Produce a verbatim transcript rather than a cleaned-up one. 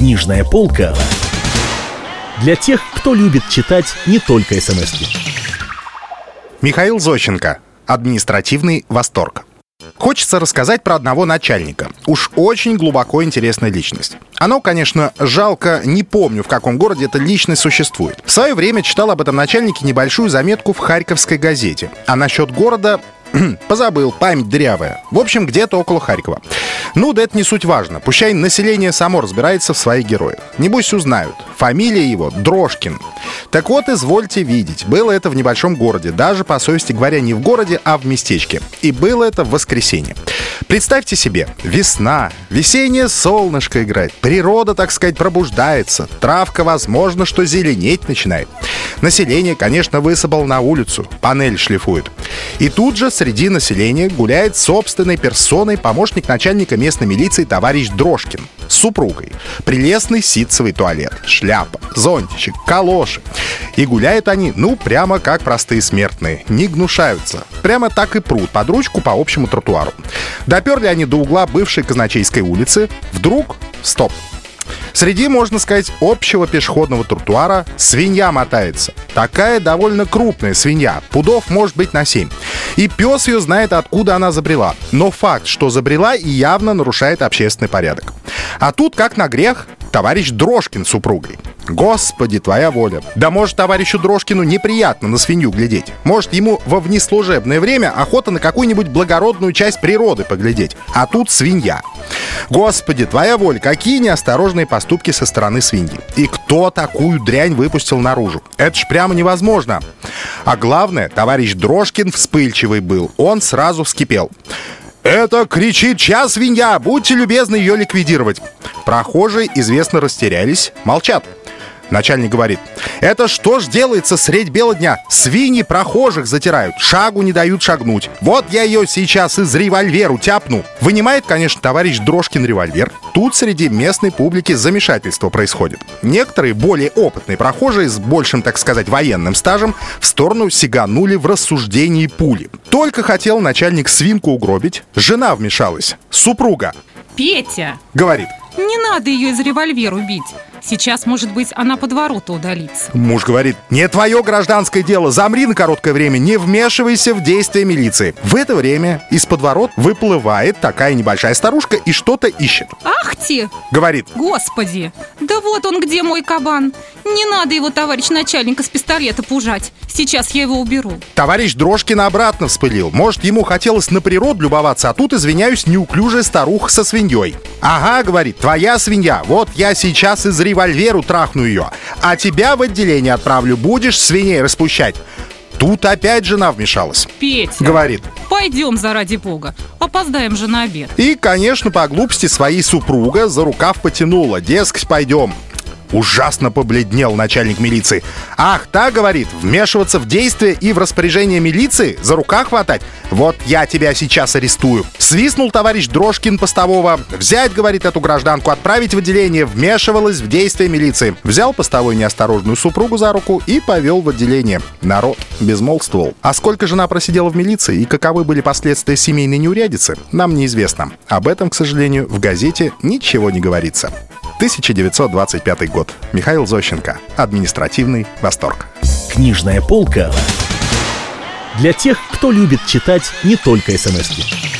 Книжная полка для тех, кто любит читать не только смски. Михаил Зощенко. Административный восторг. Хочется рассказать про одного начальника. Уж очень глубоко интересная личность. Оно, конечно, жалко, не помню, в каком городе эта личность существует. В свое время читал об этом начальнике небольшую заметку в Харьковской газете. А насчет города... позабыл, память дырявая. В общем, где-то около Харькова. Ну, да это не суть важно. Пущай население само разбирается в своих героях. Небось узнают. Фамилия его Дрожкин. Так вот, извольте видеть. Было это в небольшом городе. Даже, по совести говоря, не в городе, а в местечке. И было это в воскресенье. Представьте себе, весна, весеннее солнышко играет. Природа, так сказать, пробуждается. Травка, возможно, что зеленеть начинает. Население, конечно, высыпало на улицу. Панель шлифует. И тут же среди населения гуляет собственной персоной помощник начальника местной милиции товарищ Дрожкин с супругой. Прелестный ситцевый туалет, шляпа, зонтичек, калоши. И гуляют они, ну, прямо как простые смертные. Не гнушаются. Прямо так и прут под ручку по общему тротуару. Доперли они до угла бывшей Казначейской улицы. Вдруг... Стоп. Среди, можно сказать, общего пешеходного тротуара свинья мотается. Такая довольно крупная свинья, пудов может быть на семь. И пес ее знает, откуда она забрела. Но факт, что забрела, и явно нарушает общественный порядок. А тут, как на грех, товарищ Дрожкин с супругой. Господи, твоя воля. Да может, товарищу Дрожкину неприятно на свинью глядеть. Может, ему во внеслужебное время охота на какую-нибудь благородную часть природы поглядеть. А тут свинья. Господи, твоя воля, какие неосторожные поступки со стороны свиньи. И кто такую дрянь выпустил наружу? Это ж прямо невозможно. А главное, товарищ Дрожкин вспыльчивый был. Он сразу вскипел. «Это кричит чья свинья? Будьте любезны ее ликвидировать!» Прохожие, известно, растерялись, молчат. Начальник говорит: «Это что ж делается средь бела дня? Свиньи прохожих затирают, шагу не дают шагнуть. Вот я ее сейчас из револьверу тяпну». Вынимает, конечно, товарищ Дрожкин револьвер. Тут среди местной публики замешательство происходит. Некоторые более опытные прохожие с большим, так сказать, военным стажем в сторону сиганули в рассуждении пули. Только хотел начальник свинку угробить, жена вмешалась, супруга. «Петя!» — говорит. «Не надо ее из револьвера убить. Сейчас, может быть, она под ворота удалится». Муж говорит: «Не твое гражданское дело, замри на короткое время, не вмешивайся в действия милиции». В это время из-под ворот выплывает такая небольшая старушка и что-то ищет. «Ах ты!» — говорит. «Господи, да вот он где, мой кабан. Не надо его, товарищ начальника, с пистолета пужать. Сейчас я его уберу». Товарищ Дрожкин обратно вспылил. Может, ему хотелось на природу любоваться, а тут, извиняюсь, неуклюжая старуха со свиньей. «Ага, — говорит, — твоя свинья. Вот я сейчас из револьверу трахну ее, а тебя в отделение отправлю, будешь свиней распущать». Тут опять жена вмешалась. «Петя, — говорит, — пойдем, заради бога, опоздаем же на обед». И, конечно, по глупости своей супруга за рукав потянула. Дескать, пойдем. Ужасно побледнел начальник милиции. «Ах, так, — говорит, — вмешиваться в действия и в распоряжение милиции? За рука хватать? Вот я тебя сейчас арестую». Свистнул товарищ Дрожкин постового. «Взять, — говорит, — эту гражданку, отправить в отделение». Вмешивалась в действия милиции. Взял постовой неосторожную супругу за руку и повел в отделение. Народ безмолвствовал. А сколько жена просидела в милиции и каковы были последствия семейной неурядицы, нам неизвестно. Об этом, к сожалению, в газете ничего не говорится. тысяча девятьсот двадцать пятый год. Михаил Зощенко. Административный восторг. Книжная полка для тех, кто любит читать не только смски.